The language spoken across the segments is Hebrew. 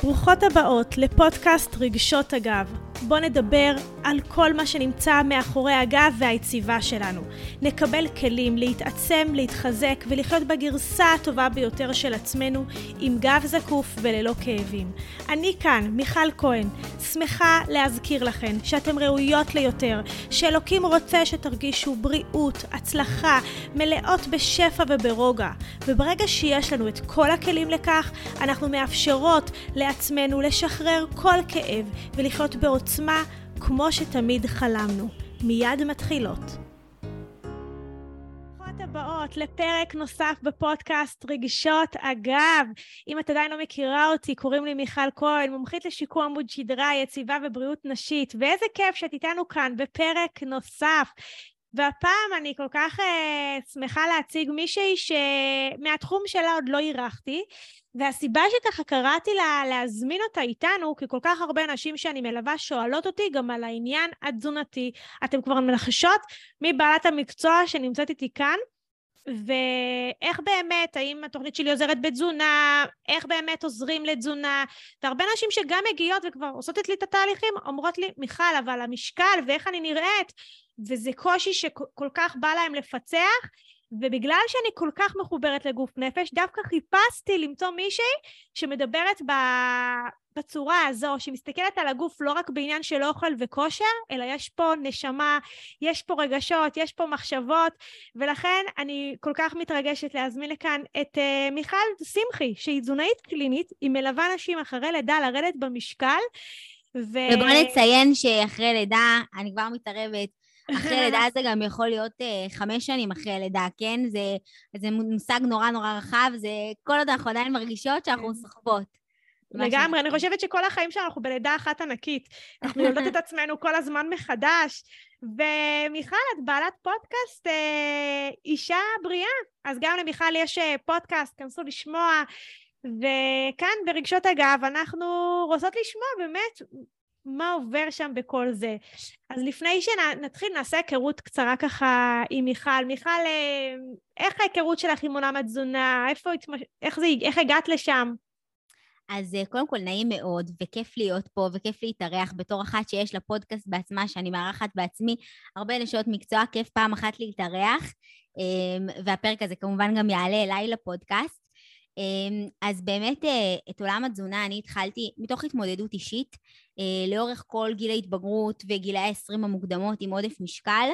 ברוכות הבאות לפודקאסט רגשות הגב. בוא נדבר על כל מה שנמצא מאחורי הגב והיציבה שלנו. נקבל כלים להתעצם, להתחזק ולחיות בגרסה הטובה ביותר של עצמנו עם גב זקוף וללא כאבים. אני כאן, מיכל כהן, שמחה להזכיר לכן שאתם ראויות ליותר, שאלוקים רוצה שתרגישו בריאות, הצלחה, מלאות בשפע וברוגע. וברגע שיש לנו את כל הכלים לכך, אנחנו מאפשרות לעצמנו לשחרר כל כאב ולחיות בעוצמה כמו שתמיד חלמנו. מיד מתחילות. ברוכות הבאות לפרק נוסף בפודקאסט רגשות הגב. אם את עדיין לא מכירה אותי, קוראים לי מיכל כהן, מומחית לשיקום עמוד שדרה, יציבה ובריאות נשית. ואיזה כיף שאת איתנו כאן בפרק נוסף. והפעם אני כל כך שמחה להציג מישהי שמהתחום שלה עוד לא אירחתי, והסיבה שככה קראתי לה להזמין אותה איתנו, כי כל כך הרבה אנשים שאני מלווה שואלות אותי גם על העניין התזונתי. אתם כבר מנחשות מי בעלת המקצוע שנמצאת איתי כאן, ואיך באמת, האם התוכנית שלי עוזרת בתזונה, איך באמת עוזרים לתזונה, והרבה נשים שגם מגיעות וכבר עושות לי את התהליכים, אומרות לי, מיכל, אבל המשקל ואיך אני נראית, וזה קושי שכל כך בא להם לפצח, ובגלל שאני כל כך מחוברת לגוף נפש, דווקא חיפשתי למצוא מישהי שמדברת בצורה הזו, שמסתכלת על הגוף לא רק בעניין של אוכל וכושר, אלא יש פה נשמה, יש פה רגשות, יש פה מחשבות, ולכן אני כל כך מתרגשת להזמין לכאן את מיכל שמחי, שהיא תזונאית קלינית, היא מלווה נשים אחרי לידה לרדת במשקל, ובוא נציין שאחרי לידה, אני כבר מתערבת, אחרי לידה זה גם יכול להיות 5 שנים אחרי לידה, כן? זה מושג נורא נורא רחב, זה כל עוד אנחנו עדיין מרגישות שאנחנו סוחבות. לגמרי, אני חושבת שכל החיים שלנו אנחנו בלידה אחת ענקית. אנחנו יולדות את עצמנו כל הזמן מחדש. ומיכל, את בעלת פודקאסט אישה בריאה. אז גם למיכל יש פודקאסט, כנסו לשמוע. וכאן ברגשות הגב אנחנו רוצות לשמוע באמת מה עובר שם בכל זה. אז לפני שנתחיל נעשה היכרות קצרה ככה עם מיכל. מיכל, איך ההיכרות שלך עם עולם התזונה? איך הגעת לשם? אז קודם כל נעים מאוד, וכיף להיות פה, וכיף להתארח בתור אחת שיש לה פודקאסט בעצמה, שאני מארחת בעצמי, הרבה נשות מקצוע, כיף פעם אחת להתארח, והפרק הזה כמובן גם יעלה אליי לפודקאסט. אז באמת את עולם התזונה אני התחלתי מתוך התמודדות אישית, לאורך כל גיל ההתבגרות וגילי ה-20 המוקדמות עם עודף משקל,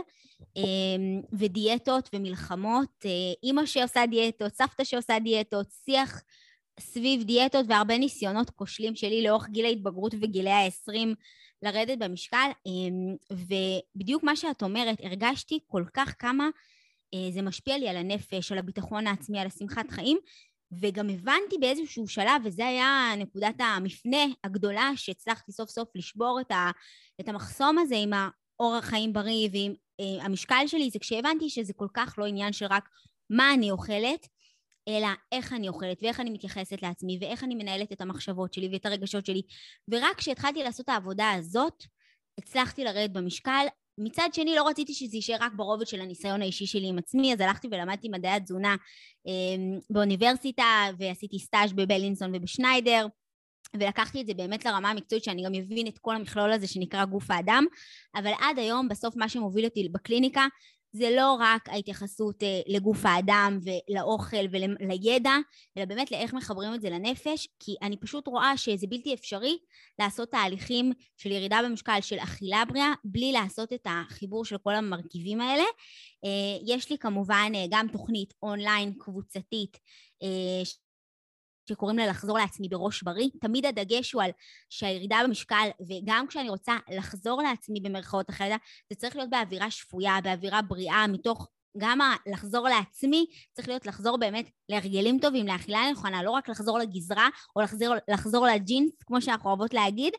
ודיאטות ומלחמות, אמא שעושה דיאטות, סבתא שעושה דיאטות, שיח סביב דיאטות והרבה ניסיונות כושלים שלי לאורך גיל ההתבגרות וגילי ה-20 לרדת במשקל, ובדיוק מה שאת אומרת, הרגשתי כל כך כמה זה משפיע לי על הנפש, על הביטחון העצמי, על השמחת חיים, וגם הבנתי באיזשהו שלב, וזה היה נקודת המפנה הגדולה שהצלחתי סוף סוף לשבור את המחסום הזה עם האורח חיים בריא ועם המשקל שלי, זה כשהבנתי שזה כל כך לא עניין של רק מה אני אוכלת, אלא איך אני אוכלת ואיך אני מתייחסת לעצמי ואיך אני מנהלת את המחשבות שלי ואת הרגשות שלי. ורק כשהתחלתי לעשות את העבודה הזאת, הצלחתי לרדת במשקל. מצד שני לא רציתי שזה יישאר רק ברובד של הניסיון האישי שלי עם עצמי, אז הלכתי ולמדתי מדעי התזונה באוניברסיטה, ועשיתי סטאז' בבלינסון ובשניידר, ולקחתי את זה באמת לרמה המקצועית, שאני גם מבין את כל המכלול הזה שנקרא גוף האדם, אבל עד היום בסוף מה שמוביל אותי בקליניקה, זה לא רק ההתייחסות לגוף האדם ולאוכל ולידע, אלא באמת לאיך מחברים את זה לנפש, כי אני פשוט רואה שזה בלתי אפשרי לעשות תהליכים של ירידה במשקל, של אכילה בריאה, בלי לעשות את החיבור של כל המרכיבים האלה. יש לי כמובן גם תוכנית אונליין קבוצתית, שקוראים לה לחזור לעצמי בראש בריא. תמיד הדגש הוא על שהירידה במשקל, וגם כשאני רוצה לחזור לעצמי במרכאות אחרי, זה צריך להיות באווירה שפויה, באווירה בריאה, מתוך גם לחזור לעצמי, צריך להיות לחזור באמת להרגלים טובים, לאכילה נכונה, לא רק לחזור לגזרה, או לחזור לג'ינס, כמו שאנחנו אוהבות להגיד,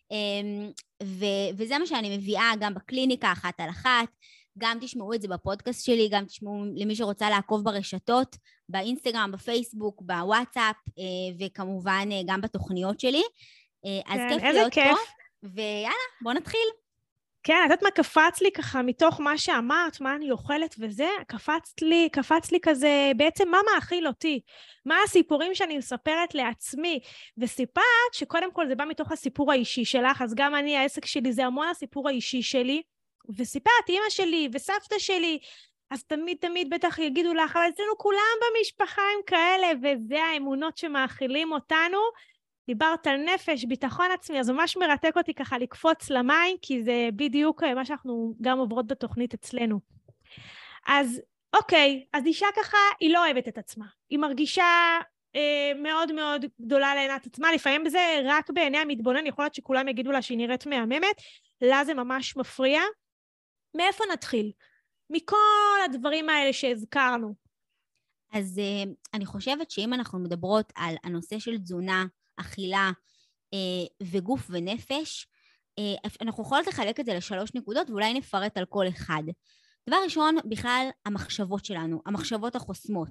וזה מה שאני מביאה גם בקליניקה אחת על אחת, גם תשמעו את זה בפודקאסט שלי, גם תשמעו למי שרוצה לעקוב ברשתות, באינסטגרם, בפייסבוק, בוואטסאפ, וכמובן גם בתוכניות שלי. אז כיף להיות פה, ויאללה, בואו נתחיל. כן, את יודעת מה קפץ לי ככה מתוך מה שאמרת, מה אני אוכלת וזה, קפץ לי כזה, בעצם מה מאכיל אותי? מה הסיפורים שאני מספרת לעצמי? וסיפרת שקודם כל זה בא מתוך הסיפור האישי שלך, אז גם אני, העסק שלי זה המון הסיפור האישי שלי, וסיפרת, אמא שלי וסבתא שלי, אז תמיד בטח יגידו לך, אבל אצלנו כולם במשפחה הם כאלה, וזה האמונות שמאכילים אותנו. דיברת על נפש, ביטחון עצמי, אז ממש מרתק אותי ככה לקפוץ למים, כי זה בדיוק מה שאנחנו גם עוברות בתוכנית אצלנו. אז אוקיי, אז אישה ככה, היא לא אוהבת את עצמה. היא מרגישה מאוד מאוד גדולה לעינת עצמה, לפעמים זה רק בעיני המתבונן, יכול להיות שכולם יגידו לה שהיא נראית מהממת, לה זה ממש מפריע. מאיפה נתחיל? מכל הדברים האלה שהזכרנו. אז אני חושבת שאם אנחנו מדברות על הנושא של תזונה, אכילה וגוף ונפש, אנחנו יכולות לחלק את זה לשלוש נקודות, ואולי נפרט על כל אחד. דבר ראשון, בכלל המחשבות שלנו, המחשבות החוסמות.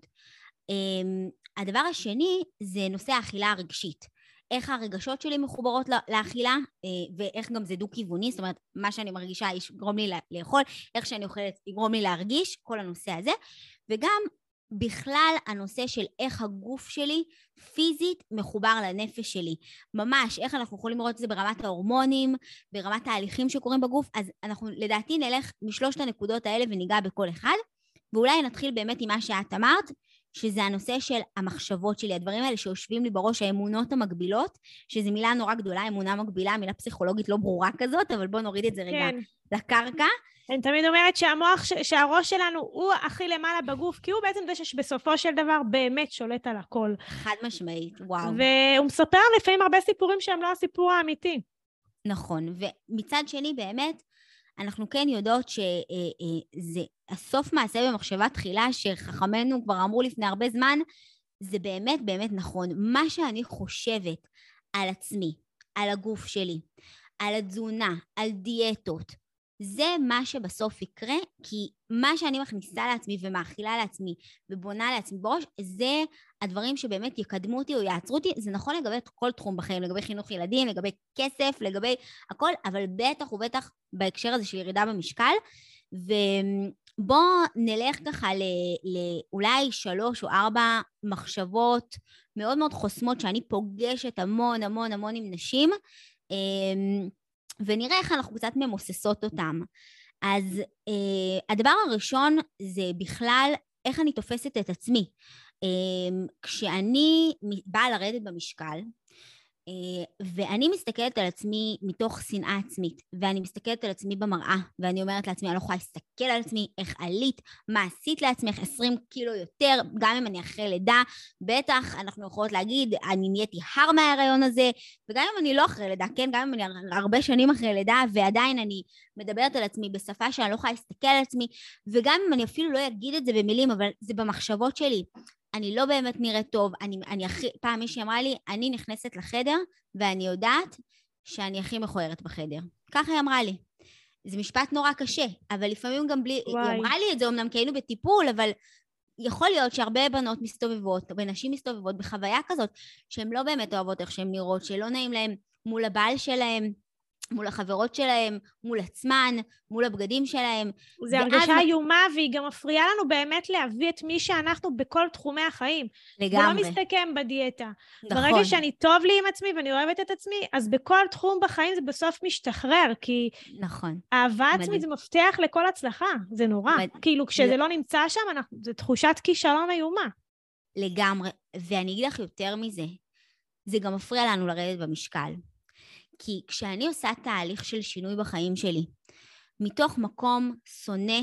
הדבר השני זה נושא האכילה הרגשית. איך הרגשות שלי מחוברות לאכילה, ואיך גם זה דו-כיווני, זאת אומרת, מה שאני מרגישה יגרום לי לאכול, איך שאני אוכלת יגרום לי להרגיש, כל הנושא הזה, וגם בכלל הנושא של איך הגוף שלי פיזית מחובר לנפש שלי. ממש, איך אנחנו יכולים לראות את זה ברמת ההורמונים, ברמת ההליכים שקורים בגוף, אז אנחנו לדעתי נלך משלושת הנקודות האלה וניגע בכל אחד, ואולי נתחיל באמת עם מה שאת אמרת, שזה הנושא של המחשבות שלי, הדברים האלה שיושבים לי בראש, האמונות המקבילות, שזו מילה נורא גדולה, אמונה מקבילה, מילה פסיכולוגית לא ברורה כזאת, אבל בואו נוריד את זה רגע לקרקע. אני תמיד אומרת שהראש שלנו הוא הכי למעלה בגוף, כי הוא בעצם זה שבסופו של דבר באמת שולט על הכל. חד משמעית, וואו. והוא מספר לפעמים הרבה סיפורים שהם לא הסיפור האמיתי. נכון, ומצד שני באמת, אנחנו כן יודעות שזה הסוף מעשה במחשבה תחילה, שחכמינו כבר אמרו לפני הרבה זמן, זה באמת באמת נכון. מה שאני חושבת על עצמי, על הגוף שלי, על התזונה, על דיאטות, זה מה שבסוף יקרה, כי מה שאני מכניסה לעצמי ומאכילה לעצמי ובונה לעצמי בראש, זה הדברים שבאמת יקדמו אותי או יעצרו אותי. זה נכון לגבי כל תחום בחיים, לגבי חינוך ילדים, לגבי כסף, לגבי הכל, אבל בטח ובטח בהקשר הזה של ירידה במשקל. ובוא נלך ככה לאולי 3 או 4 מחשבות מאוד מאוד חוסמות שאני פוגשת המון המון המון עם נשים, ונראה איך אנחנו קצת ממוססות אותם. אז הדבר הראשון זה בכלל איך אני תופסת את עצמי. כשאני באה לרדת במשקל, ואני מסתכלת על עצמי מתוך שנאה עצמית, ואני מסתכלת על עצמי במראה, ואני אומרת לעצמי, אני לא יכולה להסתכל על עצמי, איך עלית, מה עשית לעצמך, 20 קילו יותר, גם אם אני אחרי לידה, בטח אנחנו יכולות להגיד, אני נהייתי הר מההיריון הזה, וגם אם אני לא אחרי לידה, כן, גם אם אני הרבה שנים אחרי לידה, ועדיין אני מדברת על עצמי בשפה שאני לא יכולה להסתכל על עצמי, וגם אם אני אפילו לא אגיד את זה במילים, אבל זה במחשבות שלי, אני לא באמת נראית טוב, פעם מישהי אמרה לי, אני נכנסת לחדר ואני יודעת שאני הכי מכוערת בחדר. ככה היא אמרה לי. זה משפט נורא קשה, אבל לפעמים גם בלי, היא אמרה לי את זה, אמנם כי היינו בטיפול, אבל יכול להיות שהרבה בנות מסתובבות, ונשים מסתובבות בחוויה כזאת, שהן לא באמת אוהבות איך שהן נראות, שלא נעים להן מול הבעל שלהן, מול החברות שלהם, מול עצמן, מול הבגדים שלהם. זה הרגשה איומה, והיא גם מפריעה לנו באמת להביא את מי שאנחנו בכל תחומי החיים. לגמרי. זה לא מסתכם בדיאטה. נכון. ברגע שאני טוב לי עם עצמי ואני אוהבת את עצמי, אז בכל תחום בחיים זה בסוף משתחרר, כי נכון. אהבה עצמית זה מפתח לכל הצלחה. זה נורא. כאילו כשזה לא נמצא שם, זה תחושת כישלון איומה. לגמרי. ואני אגיד לך יותר מזה, זה גם מפריע לנו לרדת במשקל. כי כשאני עושה תהליך של שינוי בחיים שלי, מתוך מקום שונא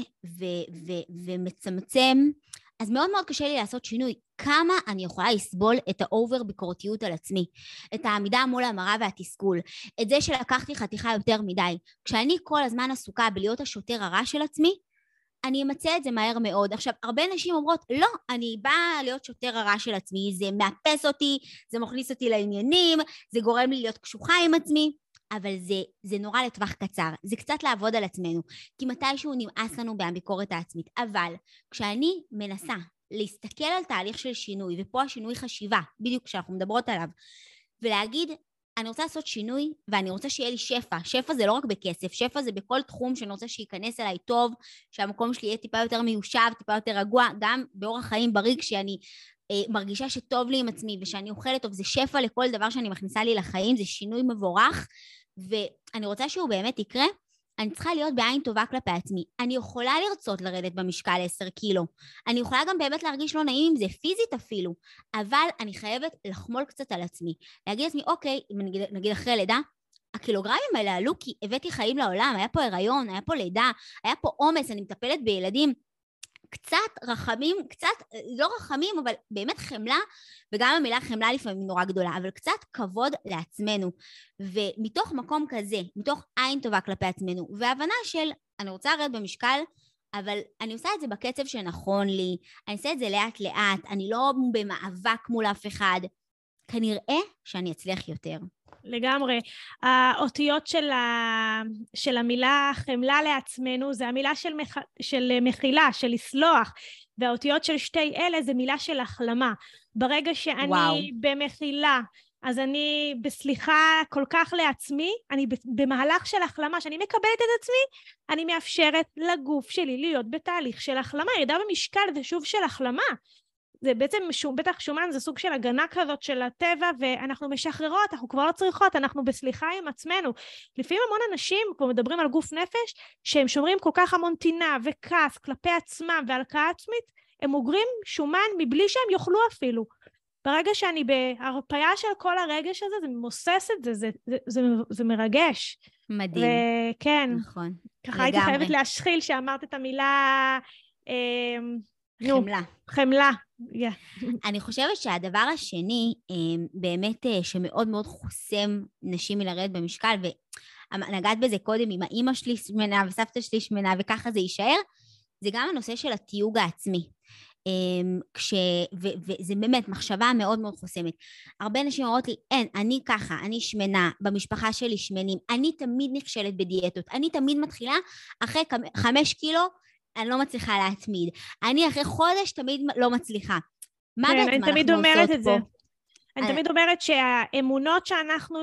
ומצמצם, אז מאוד מאוד קשה לי לעשות שינוי. כמה אני יכולה לסבול את האובר ביקורתיות על עצמי, את העמידה מול המראה והתסכול, את זה שלקחתי חתיכה יותר מדי. כשאני כל הזמן עסוקה בלהיות השוטר הרע של עצמי, אני אמצא את זה מהר מאוד. עכשיו, הרבה נשים אומרות, לא, אני באה להיות שוטר הרע של עצמי, זה מאפס אותי, זה מכניס אותי לעניינים, זה גורם לי להיות קשוחה עם עצמי, אבל זה נורא לטווח קצר, זה קצת לעבוד על עצמנו, כי מתישהו נמאס לנו מהביקורת העצמית, אבל כשאני מנסה להסתכל על תהליך של שינוי, ופה השינוי חשיבה, בדיוק כשאנחנו מדברות עליו, ולהגיד, אני רוצה לעשות שינוי, ואני רוצה שיהיה לי שפע. שפע זה לא רק בכסף, שפע זה בכל תחום שאני רוצה שייכנס אליי טוב, שהמקום שלי יהיה טיפה יותר מיושב, טיפה יותר רגוע, גם באורח חיים בריא, כשאני מרגישה שטוב לי עם עצמי, ושאני אוכלת טוב, זה שפע לכל דבר שאני מכניסה לי לחיים, זה שינוי מבורך, ואני רוצה שהוא באמת יקרה, אני צריכה להיות בעין טובה כלפי עצמי. אני יכולה לרצות לרדת במשקל 10 קילו. אני יכולה גם באמת להרגיש לא נעים עם זה, פיזית אפילו. אבל אני חייבת לחמול קצת על עצמי. להגיד לעצמי, אוקיי, אם נגיד אחרי לידה, הקילוגרמים האלה עלו כי הבאתי חיים לעולם, היה פה הריון, היה פה לידה, היה פה אומץ, אני מטפלת בילדים. קצת רחמים, קצת, לא רחמים, אבל באמת חמלה, וגם המילה חמלה לפעמים נורא גדולה, אבל קצת כבוד לעצמנו. ומתוך מקום כזה, מתוך עין טובה כלפי עצמנו, והבנה של, אני רוצה לרדת במשקל, אבל אני עושה את זה בקצב שנכון לי, אני עושה את זה לאט לאט, אני לא במאבק מול אף אחד, כנראה שאני אצליח יותר. לגמרי. האותיות של המילה חמלה לעצמנו, זה המילה של מחילה, של לסלוח, והאותיות של שתי אלה זה מילה של החלמה. ברגע שאני במחילה, אז אני בסליחה כל כך לעצמי, אני במהלך של החלמה, שאני מקבלת את עצמי, אני מאפשרת לגוף שלי להיות בתהליך של החלמה. ירידה במשקל זה שוב של החלמה. זה בעצם, בטח שומן, זה סוג של הגנה כזאת של הטבע, ואנחנו משחררות, אנחנו כבר לא צריכות, אנחנו בסליחה עם עצמנו. לפעמים המון אנשים, פה מדברים על גוף נפש, שהם שומרים כל כך המון טינה וכעס כלפי עצמם והלקאה עצמית, הם אוגרים שומן מבלי שהם יאכלו אפילו. ברגע שאני בהרפאיה של כל הרגש הזה, זה מוסס את זה, זה מרגש. מדהים. וכן, נכון. ככה הייתי חייבת להשחיל שאמרת את המילה... חמלה. חמלה. אני חושבת שהדבר השני, באמת שמאוד מאוד חוסם נשים מלרדת במשקל, ונגעת בזה קודם עם האמא שלי שמנה וסבתא שלי שמנה, וככה זה יישאר, זה גם הנושא של התיוג העצמי. וזה באמת מחשבה מאוד מאוד חוסמת. הרבה נשים אומרות לי, אין, אני ככה, אני שמנה, במשפחה שלי שמנים, אני תמיד נכשלת בדיאטות, אני תמיד מתחילה אחרי 5 קילו, אני לא מצליחה להתמיד. אני אחרי חודש תמיד לא מצליחה. מה בעצם אנחנו עושות פה? אני תמיד אומרת שהאמונות שאנחנו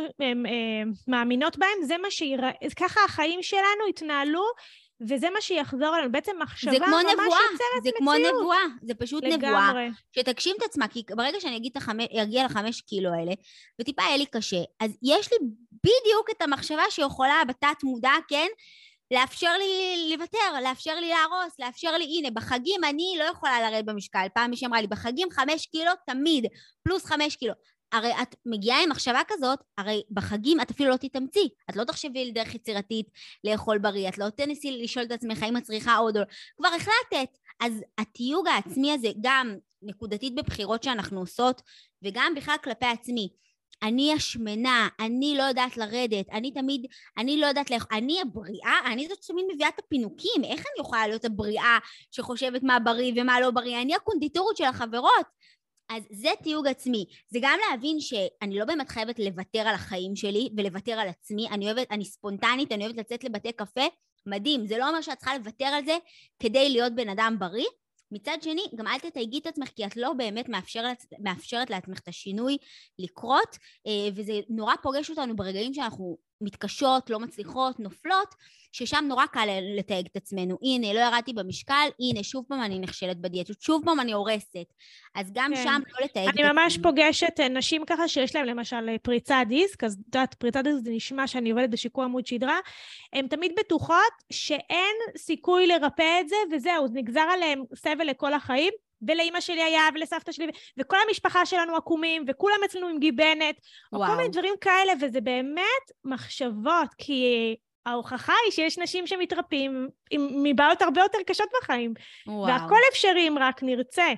מאמינות בהן, זה מה שיראה, ככה החיים שלנו יתנהלו, וזה מה שיחזור עלינו. בעצם מחשבה ממש יוצרת מציאות. זה כמו נבואה, זה פשוט נבואה. שתגשים את עצמה, כי ברגע שאני אגיע ל5 קילו האלה, וטיפה יהיה לי קשה, אז יש לי בדיוק את המחשבה שיכולה בתת מודע, כן? לאפשר לי לוותר, לאפשר לי להרוס, לאפשר לי, הנה, בחגים אני לא יכולה לרדת במשקל. פעם מי שאמרה לי, בחגים 5 קילו תמיד, פלוס 5 קילו. הרי את מגיעה עם מחשבה כזאת, הרי בחגים את אפילו לא תתאמצי. את לא תחשבי לדרך יצירתית לאכול בריא, את לא תנסי לשאול את עצמך האם את צריכה עוד או לא. כבר החלטת. אז התיוג העצמי הזה גם נקודתית בבחירות שאנחנו עושות, וגם בכלל כלפי עצמי. אני השמנה, אני לא יודעת לרדת, אני לא יודעת אני הבריאה, אני זאת תמיד מביאה את הפינוקים, איך אני יכולה להיות הבריאה שחושבת מה בריא ומה לא בריא, אני הקונדיטורית של החברות. אז זה תיוג עצמי, זה גם להבין שאני לא באמת חייבת לוותר על החיים שלי ולוותר על עצמי, אני ספונטנית, אני אוהבת לצאת לבתי קפה, מדהים, זה לא אומר שאת צריכה לוותר על זה כדי להיות בן אדם בריא, מצד שני, גם אל תתייגי את עצמך, כי את לא באמת מאפשרת לעצמך את השינוי לקרות, וזה נורא פוגש אותנו ברגעים שאנחנו מתקשות, לא מצליחות, נופלות, ששם נורא קל לתייג את עצמנו. הנה, לא ירדתי במשקל, הנה, שוב פעם אני נכשלת בדיאטות, שוב פעם אני הורסת. אז גם שם לא לתייג את עצמנו. אני ממש פוגשת נשים ככה שיש להם למשל פריצת דיסק, אז פריצת דיסק זה נשמע שאני עובדת בשיקוע עמוד שדרה, הן תמיד בטוחות שאין סיכוי לרפא את זה, וזהו, נגזר עליהם סבל לכל החיים, ולאמא שלי היה, ולסבתא שלי, וכל המשפחה שלנו עקומים, וכולם אצלנו עם גיבנת, או כל מיני דברים כאלה, וזה באמת מחשבות, כי ההוכחה היא שיש נשים שמתרפאים מבעיות הרבה יותר קשות בחיים, והכל אפשרי אם רק נרצה,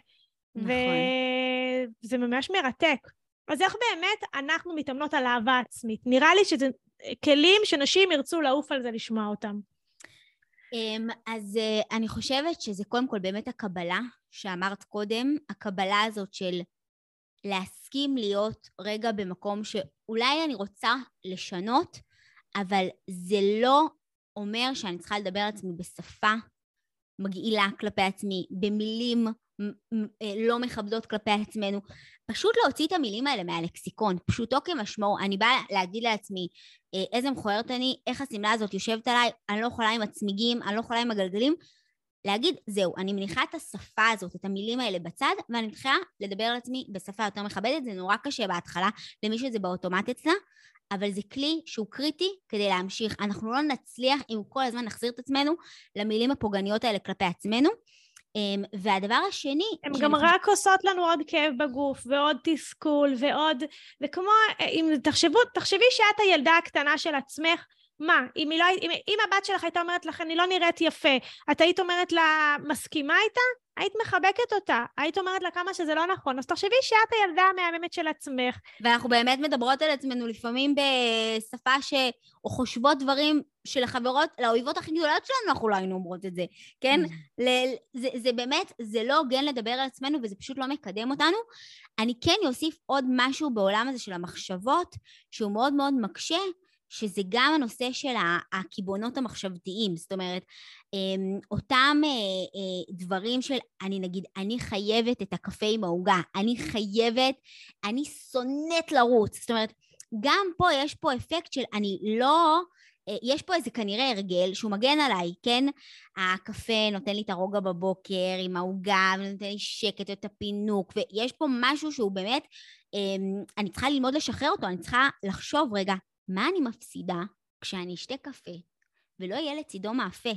וזה ממש מרתק. אז איך באמת אנחנו מתאמנות על אהבה עצמית? נראה לי שזה כלים שנשים ירצו לעוף על זה לשמוע אותם. אז אני חושבת שזה קודם כל באמת הקבלה שאמרת קודם, הקבלה הזאת של להסכים להיות רגע במקום שאולי אני רוצה לשנות, אבל זה לא אומר שאני צריכה לדבר על עצמי בשפה מגעילה כלפי עצמי, במילים לא מכבדות כלפי עצמנו. פשוט להוציא את המילים האלה מהלקסיקון, פשוטו כמשמעו. אני באה להגיד לעצמי, איזה מכוערת אני, איך השמלה הזאת יושבת עליי, אני לא יכולה עם הצמיגים, אני לא יכולה עם הגלגלים, להגיד, זהו, אני מניחה את השפה הזאת, את המילים האלה בצד, ואני מתחילה לדבר על עצמי בשפה יותר מכבדת. זה נורא קשה בהתחלה, למי שזה באוטומט אצלה, אבל זה כלי שהוא קריטי כדי להמשיך. אנחנו לא נצליח אם כל הזמן נחזיר את עצמנו למילים הפוגעניות האלה כלפי עצמנו. והדבר השני... הן גם רק עושות לנו עוד כאב בגוף, ועוד תסכול, ועוד... וכמו, אם תחשבי שאת הילדה הקטנה של עצמך, מה? אם הבת שלך הייתה אומרת לך, אני לא נראית יפה, את היית אומרת לה, מסכימה איתה? היית מחבקת אותה, היית אומרת לה כמה שזה לא נכון, אז תחשבי שאת הילדה המהממת של עצמך. ואנחנו באמת מדברות על עצמנו לפעמים בשפה או חושבות דברים של החברות, לאויבות הכי גדולות שלנו, אנחנו לא היינו אומרות את זה, כן? זה באמת, זה לא הוגן לדבר על עצמנו, וזה פשוט לא מקדם אותנו. אני כן אוסיף עוד משהו בעולם הזה של המחשבות, שהוא מאוד מאוד מקשה, שזה גם הנושא של הקיבעונות המחשבתיים, זאת אומרת, אותם דברים של, אני נגיד, אני חייבת את הקפה עם העוגה, אני שונאת לרוץ, זאת אומרת, גם פה יש פה אפקט של אני לא, יש פה איזה כנראה הרגל שהוא מגן עליי, כן? הקפה נותן לי את הרוגע בבוקר עם העוגה, ונותן לי שקט את הפינוק, ויש פה משהו שהוא באמת, אני צריכה ללמוד לשחרר אותו, אני צריכה לחשוב רגע, מה אני מפסידה כשאני אשתה קפה ולא יהיה לצידו מאפה?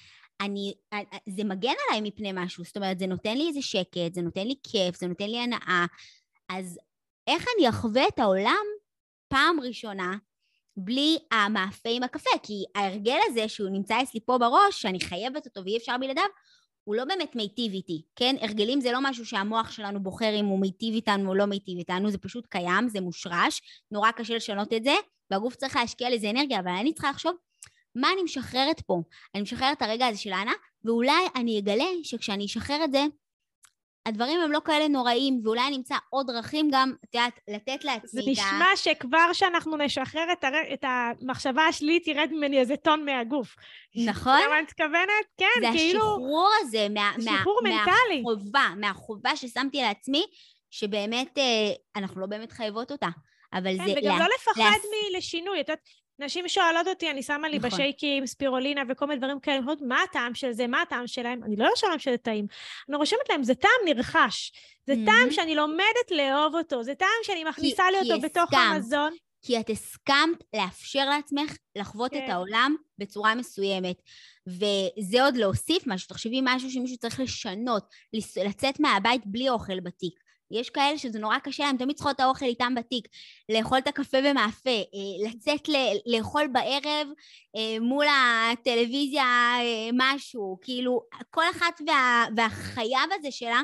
זה מגן עליי מפני משהו, זאת אומרת, זה נותן לי איזה שקט, זה נותן לי כיף, זה נותן לי הנאה, אז איך אני אחווה את העולם פעם ראשונה בלי המאפה עם הקפה? כי ההרגל הזה שהוא נמצא אצלי פה בראש, שאני חייבת אותו ואי אפשר בלעדיו, הוא לא באמת מיטיב איתי, כן? הרגלים זה לא משהו שהמוח שלנו בוחר אם הוא מיטיב איתנו או לא מיטיב איתנו, זה פשוט קיים, זה מושרש, נורא קשה לשנות את זה, והגוף צריך להשקיע לזה אנרגיה, אבל אני צריכה לחשוב מה אני משחררת פה. אני משחררת את הרגע הזה של ההנאה, ואולי אני אגלה שכשאני אשחרר את זה, הדברים הם לא כאלה נוראים, ואולי אני אמצא עוד דרכים גם, לתת לעצמי. זה נשמע שכבר שאנחנו נשחרר את המחשבה השלילית, ירד ממני איזה טון מהגוף. נכון? למה את מתכוונת? כן, זה כאילו... זה השחרור הזה, שחרור מנטלי. מהחובה ששמתי לעצמי, שבאמת אנחנו לא באמת חייבות אותה. אבל כן, זה... וגם לא לפחד לשינוי. את יודעת, נשים שואלות אותי, אני שמה לי בשייקים, ספירולינה וכל מיני דברים כאלה, מה הטעם של זה, מה הטעם שלהם? אני לא רושמת שזה טעים. אני רושמת להם, זה טעם נרחש. זה טעם שאני לומדת לאהוב אותו. זה טעם שאני מכניסה לי אותו בתוך המזון. כי את הסכמת לאפשר לעצמך לחוות את העולם בצורה מסוימת. וזה עוד להוסיף משהו. תחשבי משהו שמישהו צריך לשנות, לצאת מהבית בלי אוכל בתיק. יש כאלה שזה נורא קשה להם, תמיד צריכות את האוכל איתם בתיק, לאכול את הקפה במאפה, לצאת לאכול בערב מול הטלוויזיה משהו, כאילו כל אחת והחייב הזה שלה,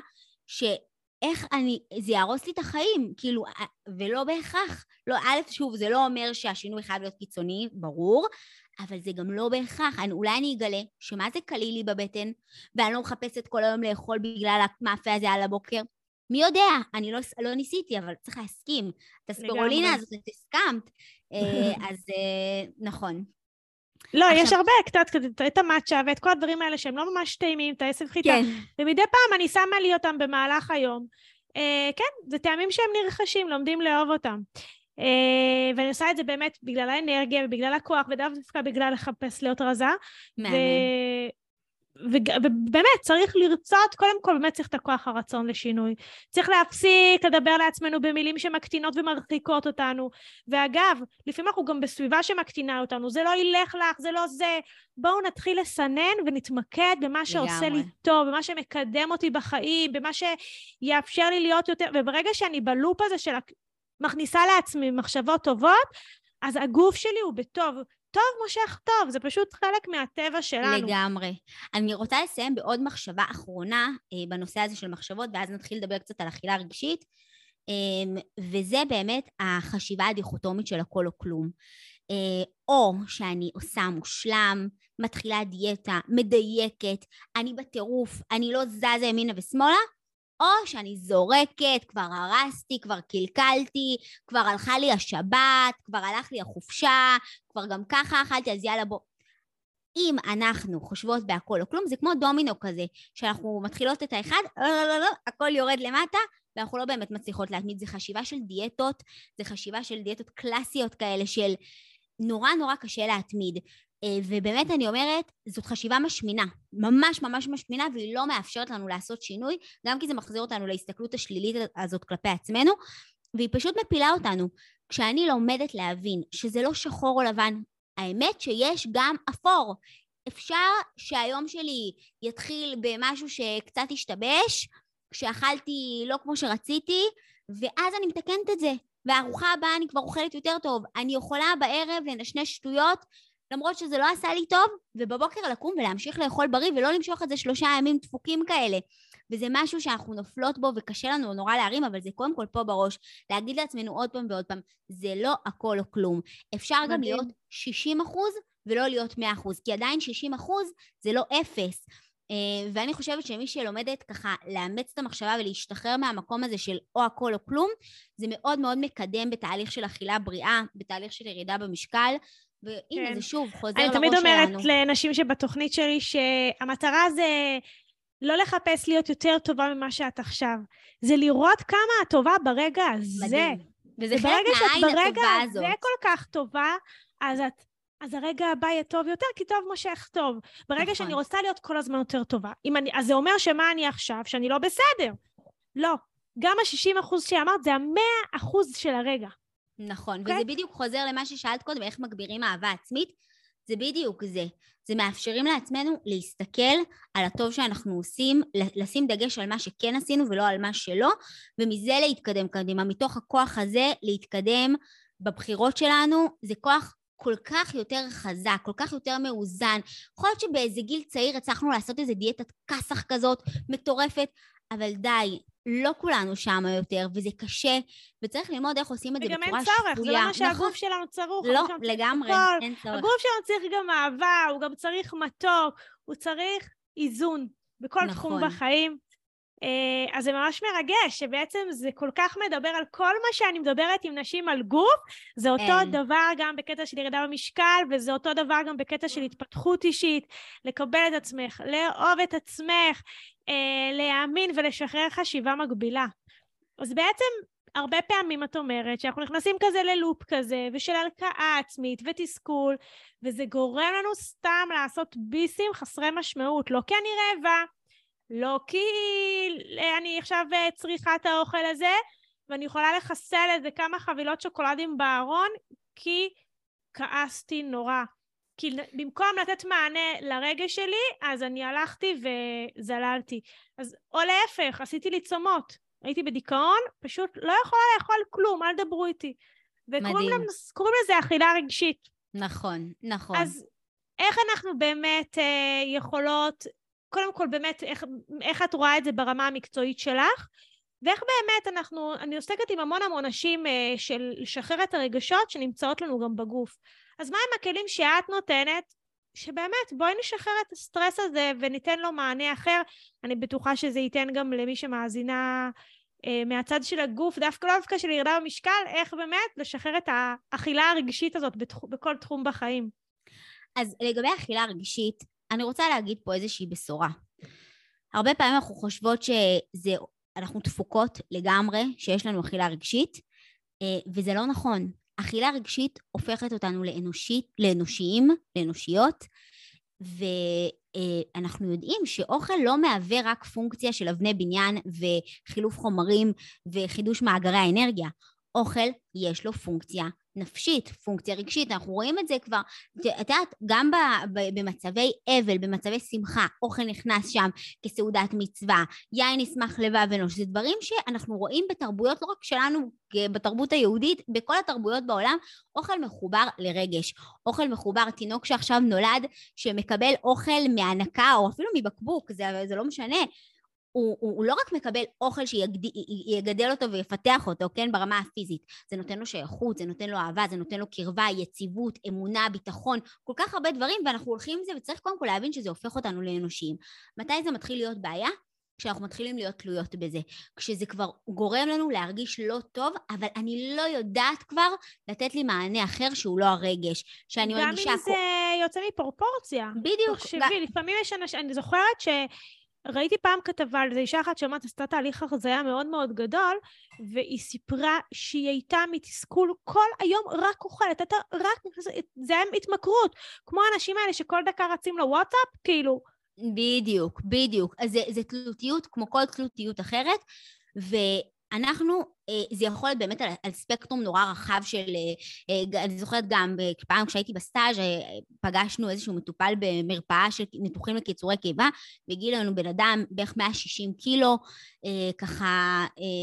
שאיך זה יהרוס לי את החיים, כאילו, ולא בהכרח, לא, א' שוב, זה לא אומר שהשינוי חייב להיות קיצוני, ברור, אבל זה גם לא בהכרח, אולי אני אגלה שמה זה קליל לי בבטן, ואני לא מחפשת כל היום לאכול בגלל המאפה הזה על הבוקר, מי יודע, אני לא ניסיתי, אבל צריך להסכים. את הספירולינה הזאת, את הסכמת. אז נכון. לא, יש הרבה, את המאצ'ה ואת כל הדברים האלה שהם לא ממש טעימים, את העשב חיטה. ומדי פעם אני שמה לי אותם במהלך היום. כן, זה טעמים שהם נרחשים, לומדים לאהוב אותם. ואני עושה את זה באמת בגלל האנרגיה ובגלל הכוח, ודווקא בגלל לחפש להיות רזה. ובאמת צריך לרצות, קודם כל באמת צריך את הכוח הרצון לשינוי, צריך להפסיק לדבר לעצמנו במילים שמקטינות ומרחיקות אותנו, ואגב, לפעמים אנחנו גם בסביבה שמקטינה אותנו, זה לא ילך לך, זה לא זה, בואו נתחיל לסנן ונתמקד במה שעושה לי טוב, במה שמקדם אותי בחיים, במה שיאפשר לי להיות יותר, וברגע שאני בלופ הזה של מכניסה לעצמי מחשבות טובות, אז הגוף שלי הוא בטוב, טוב מושך טוב, זה פשוט חלק מהטבע שלנו. לגמרי. אני רוצה לסיים בעוד מחשבה אחרונה בנושא הזה של מחשבות, ואז נתחיל לדבר קצת על אכילה רגשית, וזה באמת החשיבה הדיכוטומית של הכל או כלום. או שאני עושה מושלם, מתחילה דיאטה, מדייקת, אני בטירוף, אני לא זזה ימינה ושמאלה, או שאני זורקת, כבר הרסתי, כבר קלקלתי, כבר הלכה לי השבת, כבר הלך לי החופשה, כבר גם ככה אכלתי, אז יאללה בוא. אם אנחנו חושבות בהכל או כלום, זה כמו דומינו כזה, שאנחנו מתחילות את האחד, הכל יורד למטה, ואנחנו לא באמת מצליחות להתמיד. זה חשיבה של דיאטות, זה חשיבה של דיאטות קלאסיות כאלה, של נורא נורא קשה להתמיד. ובאמת אני אומרת, זאת חשיבה משמינה, ממש ממש משמינה, והיא לא מאפשרת לנו לעשות שינוי, גם כי זה מחזיר אותנו להסתכלות השלילית הזאת כלפי עצמנו, והיא פשוט מפילה אותנו. כשאני לומדת להבין שזה לא שחור או לבן, האמת שיש גם אפור. אפשר שהיום שלי יתחיל במשהו שקצת השתבש, כשאכלתי לא כמו שרציתי, ואז אני מתקנת את זה. והארוחה הבאה אני כבר אוכלת יותר טוב. אני יכולה בערב לנשנש שטויות, למרות שזה לא עשה לי טוב, ובבוקר לקום ולהמשיך לאכול בריא, ולא למשוך את זה 3 ימים דפוקים כאלה. וזה משהו שאנחנו נופלות בו, וקשה לנו נורא להרים, אבל זה קודם כל פה בראש, להגיד לעצמנו עוד פעם ועוד פעם, זה לא הכל או כלום. אפשר מדהים. גם להיות 60% ולא להיות 100%, כי עדיין 60% זה לא 0. ואני חושבת שמי שלומדת ככה לאמץ את המחשבה ולהשתחרר מהמקום הזה של או הכל או כלום, זה מאוד מאוד מקדם בתהליך של אכילה בריאה, בתהליך של ירידה במשקל, והנה זה שוב חוזר לראש שלנו. אני תמיד אומרת לנשים שבתוכנית שלי שהמטרה זה לא לחפש להיות יותר טובה ממה שאת עכשיו, זה לראות כמה את טובה ברגע הזה. מדהים. וזה חלק מהעין הטובה הזאת. זה כל כך טובה, אז הרגע הבא יהיה טוב יותר, כי טוב מושך טוב. ברגע נכון. שאני רוצה להיות כל הזמן יותר טובה. אז זה אומר שמה אני עכשיו? שאני לא בסדר. לא. גם ה-60% שאמרת, זה ה-100% של הרגע. נכון, וזה בדיוק חוזר למה ששאלת קודם, איך מגבירים אהבה עצמית, זה בדיוק זה. זה מאפשרים לעצמנו להסתכל על הטוב שאנחנו עושים, לשים דגש על מה שכן עשינו ולא על מה שלא, ומזה להתקדם קדימה. מתוך הכוח הזה להתקדם בבחירות שלנו, זה כוח כל כך יותר חזק, כל כך יותר מאוזן. יכול להיות שבאיזה גיל צעיר הצלחנו לעשות איזה דיאטת כסח כזאת מטורפת, אבל די, לא כולנו שם יותר, וזה קשה, וצריך ללמוד איך עושים את זה בצורה שפויה. וגם אין צורך, זה לא מה שהגוף שלנו צרוך. לא, לגמרי, אין צורך. הגוף שלנו צריך גם אהבה, הוא גם צריך מתוק, הוא צריך איזון בכל תחום בחיים. אז זה ממש מרגש, שבעצם זה כל כך מדבר על כל מה שאני מדברת עם נשים על גוף, זה אותו דבר גם בקטע של ירידה במשקל, וזה אותו דבר גם בקטע של התפתחות אישית, לקבל את עצמך, לאהוב את עצמך, להאמין ולשחרר חשיבה מגבילה. אז בעצם הרבה פעמים את אומרת שאנחנו נכנסים כזה ללופ כזה, ושל הלקאה עצמית ותסכול, וזה גורם לנו סתם לעשות ביסים חסרי משמעות, לא כי אני רעבה, לא כי אני עכשיו צריכה את האוכל הזה, ואני יכולה לחסל איזה כמה חבילות שוקולדים בארון, כי כעסתי נורא. כי במקום לתת מענה לרגש שלי, אז אני הלכתי וזללתי. אז או להפך, עשיתי לי צומות. הייתי בדיכאון, פשוט לא יכולה לאכול כלום, אל דברו איתי. וקוראים לזה אכילה רגשית. נכון, נכון. אז איך אנחנו באמת יכולות, קודם כל באמת, איך את רואה את זה ברמה המקצועית שלך, ואיך באמת אני עוסקת עם המון נשים של לשחרר את הרגשות שנמצאות לנו גם בגוף. אז מה הם הכלים שאת נותנת, שבאמת בואי נשחרר את הסטרס הזה וניתן לו מענה אחר, אני בטוחה שזה ייתן גם למי שמאזינה מהצד של הגוף, דווקא לא דווקא של ירידה במשקל, איך באמת לשחרר את האכילה הרגשית הזאת בכל תחום בחיים. אז לגבי האכילה הרגשית, אני רוצה להגיד פה איזושהי בשורה. הרבה פעמים אנחנו חושבות שאנחנו תפוקות לגמרי, שיש לנו אכילה רגשית, וזה לא נכון. אכילה רגשית הופכת אותנו לאנושיים, לאנושיות, ואנחנו יודעים שאוכל לא מהווה רק פונקציה של אבני בניין וחילוף חומרים וחידוש מאגרי האנרגיה. אוכל יש לו פונקציה נפשית, פונקציה רגשית, אנחנו רואים את זה כבר, את יודעת, גם במצבי אבל, במצבי שמחה, אוכל נכנס שם כסעודת מצווה, יין ישמח לבב אנוש, זה דברים שאנחנו רואים בתרבויות, לא רק שלנו, בתרבות היהודית, בכל התרבויות בעולם, אוכל מחובר לרגש, אוכל מחובר, תינוק שעכשיו נולד, שמקבל אוכל מהנקה, או אפילו מבקבוק, זה לא משנה, הוא לא רק מקבל אוכל שיגדל אותו ויפתח אותו, כן, ברמה הפיזית. זה נותן לו שייכות, זה נותן לו אהבה, זה נותן לו קרבה, יציבות, אמונה, ביטחון, כל כך הרבה דברים, ואנחנו הולכים עם זה, וצריך קודם כל להבין שזה הופך אותנו לאנושיים. מתי זה מתחיל להיות בעיה? כשאנחנו מתחילים להיות תלויות בזה, כשזה כבר גורם לנו להרגיש לא טוב, אבל אני לא יודעת כבר לתת לי מענה אחר שהוא לא הרגש, שאני מרגישה... גם אם זה יוצא מפרופורציה. בדיוק. תחשבי, לפעמים יש אנשים, אני זוכרת ראיתי פעם כתבה על זה, אישה אחת שאומרת, עשתה תהליך הרזיה מאוד מאוד גדול, והיא סיפרה שהיא הייתה מתסכול כל היום רק אוכלת, זה היה התמכרות, כמו האנשים האלה שכל דקה רצים לוואטסאפ, כאילו. בדיוק. אז זה תלותיות כמו כל תלותיות אחרת, ואנחנו, זה יכול להיות באמת על ספקטרום נורא רחב של, אני זוכרת גם, פעם כשהייתי בסטאז' פגשנו איזשהו מטופל במרפאה של ניתוחים לקיצורי קיבה, והגיע לנו בן אדם בערך 160 קילו, ככה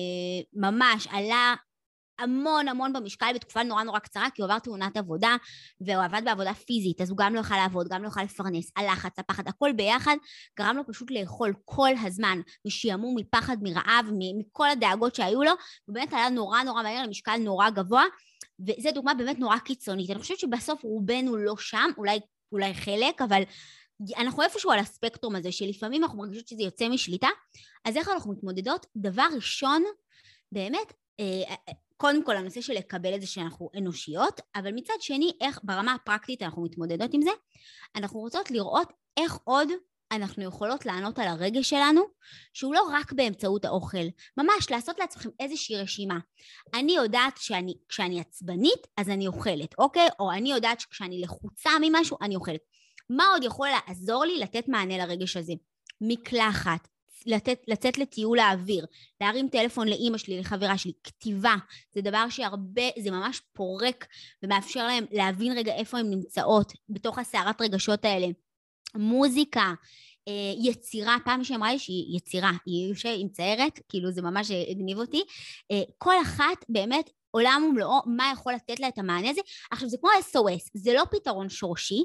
ממש עלה המון במשקל בתקופה נורא קצרה, כי הוא עבר תאונת עבודה, והוא עבד בעבודה פיזית, אז הוא גם לא יוכל לעבוד, גם לא יוכל לפרנס, הלחץ, הפחד, הכל ביחד, גרם לו פשוט לאכול כל הזמן, משעמום, מפחד, מרעב, מכל הדאגות שהיו לו, הוא באמת עלה נורא מהר למשקל נורא גבוה, וזו דוגמה באמת נורא קיצונית. אני חושבת שבסוף רובנו לא שם, אולי חלק, אבל אנחנו איפשהו על הספקטרום הזה, שלפעמים אנחנו מרגישות שזה יוצא משליטה, אז איך אנחנו מתמודדות? דבר ראשון, באמת, קודם כל הנושא של לקבל את זה שאנחנו אנושיות, אבל מצד שני, איך ברמה הפרקטית אנחנו מתמודדות עם זה, אנחנו רוצות לראות איך עוד אנחנו יכולות לענות על הרגש שלנו, שהוא לא רק באמצעות האוכל, ממש לעשות לעצמכם איזושהי רשימה. אני יודעת כשאני עצבנית, אז אני אוכלת, אוקיי? או אני יודעת שכשאני לחוצה ממשהו, אני אוכלת. מה עוד יכול לעזור לי לתת מענה לרגש הזה? מקלחת, לצאת לטיול האוויר, להרים טלפון לאמא שלי, לחברה שלי, כתיבה, זה דבר זה ממש פורק ומאפשר להם להבין רגע איפה הם נמצאות בתוך הסערת רגשות האלה. מוזיקה, יצירה, פעם מישהי אמרה לי שהיא יצירה, היא מציירת, כאילו זה ממש הגניב אותי, כל אחת באמת עולם ומלואו מה יכול לתת לה את המענה הזה. עכשיו זה כמו SOS, זה לא פתרון שורשי,